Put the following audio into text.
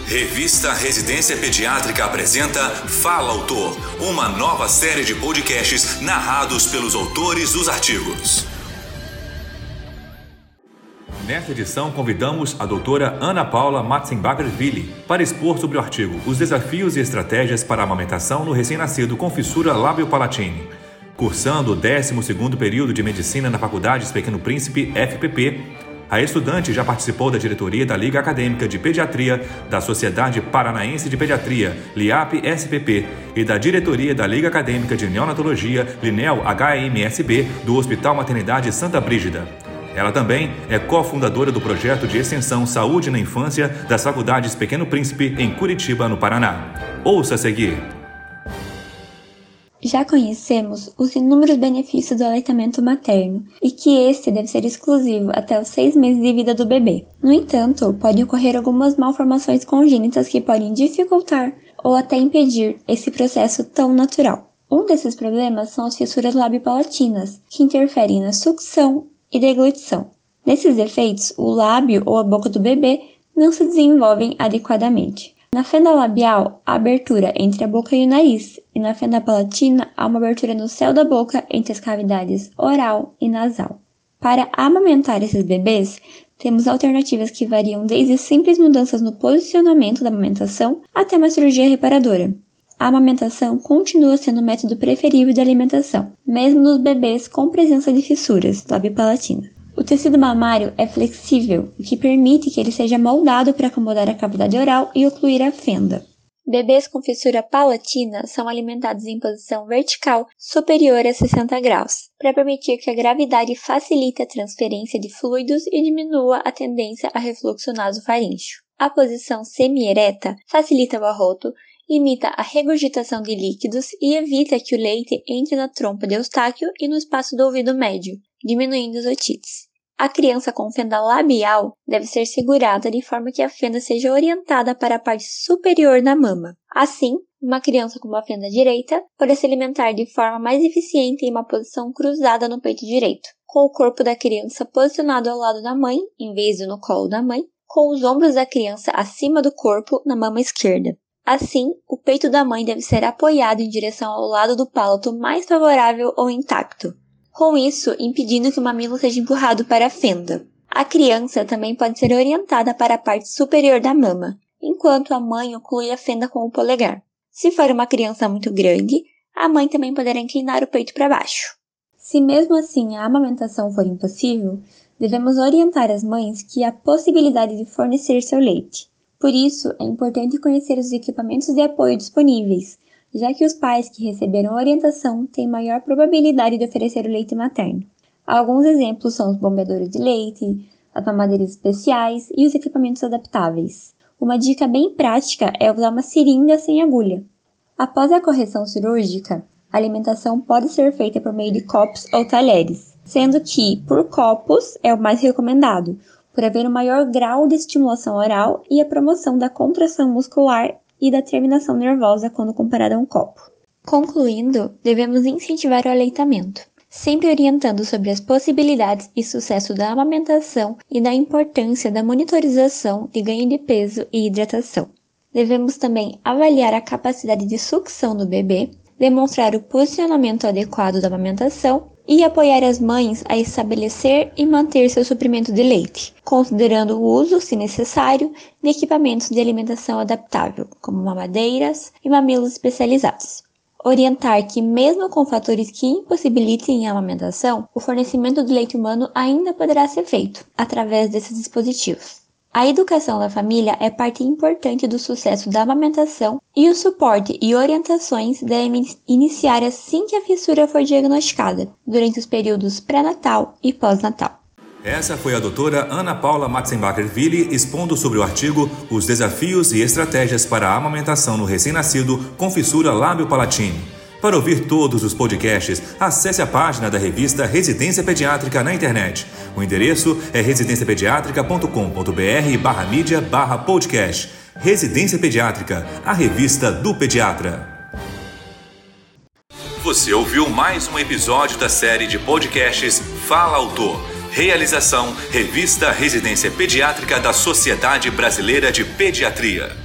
Revista Residência Pediátrica apresenta Fala Autor, uma nova série de podcasts narrados pelos autores dos artigos. Nesta edição, convidamos a doutora Ana Paula Matzenbacher-Willi para expor sobre o artigo Os desafios e estratégias para a amamentação no recém-nascido com fissura lábio-palatine. Cursando o 12º período de Medicina na Faculdade Pequeno Príncipe, FPP, a estudante já participou da diretoria da Liga Acadêmica de Pediatria da Sociedade Paranaense de Pediatria, LIAP-SPP, e da diretoria da Liga Acadêmica de Neonatologia, LINEL-HMSB, do Hospital Maternidade Santa Brígida. Ela também é cofundadora do projeto de extensão Saúde na Infância das Faculdades Pequeno Príncipe, em Curitiba, no Paraná. Ouça a seguir. Já conhecemos os inúmeros benefícios do aleitamento materno e que este deve ser exclusivo até os 6 meses de vida do bebê. No entanto, podem ocorrer algumas malformações congênitas que podem dificultar ou até impedir esse processo tão natural. Um desses problemas são as fissuras labiopalatinas, que interferem na sucção e deglutição. Nesses defeitos, o lábio ou a boca do bebê não se desenvolvem adequadamente. Na fenda labial, há abertura entre a boca e o nariz, e na fenda palatina há uma abertura no céu da boca entre as cavidades oral e nasal. Para amamentar esses bebês, temos alternativas que variam desde simples mudanças no posicionamento da amamentação até uma cirurgia reparadora. A amamentação continua sendo o método preferível de alimentação, mesmo nos bebês com presença de fissuras labiopalatinas. O tecido mamário é flexível, o que permite que ele seja moldado para acomodar a cavidade oral e ocluir a fenda. Bebês com fissura palatina são alimentados em posição vertical superior a 60 graus, para permitir que a gravidade facilite a transferência de fluidos e diminua a tendência a refluxo nasofaríngeo. A posição semi-ereta facilita o arroto, imita a regurgitação de líquidos e evita que o leite entre na trompa de Eustáquio e no espaço do ouvido médio, diminuindo as otites. A criança com fenda labial deve ser segurada de forma que a fenda seja orientada para a parte superior da mama. Assim, uma criança com uma fenda direita pode se alimentar de forma mais eficiente em uma posição cruzada no peito direito, com o corpo da criança posicionado ao lado da mãe, em vez de no colo da mãe, com os ombros da criança acima do corpo na mama esquerda. Assim, o peito da mãe deve ser apoiado em direção ao lado do palato mais favorável ou intacto, com isso impedindo que o mamilo seja empurrado para a fenda. A criança também pode ser orientada para a parte superior da mama, enquanto a mãe oclui a fenda com o polegar. Se for uma criança muito grande, a mãe também poderá inclinar o peito para baixo. Se mesmo assim a amamentação for impossível, devemos orientar as mães que há possibilidade de fornecer seu leite. Por isso, é importante conhecer os equipamentos de apoio disponíveis, já que os pais que receberam orientação têm maior probabilidade de oferecer o leite materno. Alguns exemplos são os bombeadores de leite, as mamadeiras especiais e os equipamentos adaptáveis. Uma dica bem prática é usar uma seringa sem agulha. Após a correção cirúrgica, a alimentação pode ser feita por meio de copos ou talheres, sendo que, por copos, é o mais recomendado, por haver um maior grau de estimulação oral e a promoção da contração muscular e da terminação nervosa quando comparado a um copo. Concluindo, devemos incentivar o aleitamento, sempre orientando sobre as possibilidades e sucesso da amamentação e da importância da monitorização de ganho de peso e hidratação. Devemos também avaliar a capacidade de sucção do bebê, demonstrar o posicionamento adequado da amamentação e apoiar as mães a estabelecer e manter seu suprimento de leite, considerando o uso, se necessário, de equipamentos de alimentação adaptável, como mamadeiras e mamilos especializados. Orientar que, mesmo com fatores que impossibilitem a amamentação, o fornecimento de leite humano ainda poderá ser feito, através desses dispositivos. A educação da família é parte importante do sucesso da amamentação e o suporte e orientações devem iniciar assim que a fissura for diagnosticada, durante os períodos pré-natal e pós-natal. Essa foi a doutora Ana Paula Matzenbacher-Willi expondo sobre o artigo Os desafios e estratégias para a amamentação no recém-nascido com fissura lábio-palatine. Para ouvir todos os podcasts, acesse a página da revista Residência Pediátrica na internet. O endereço é residenciapediatrica.com.br/mídia/podcast. Residência Pediátrica, a revista do pediatra. Você ouviu mais um episódio da série de podcasts Fala Autor. Realização: Revista Residência Pediátrica da Sociedade Brasileira de Pediatria.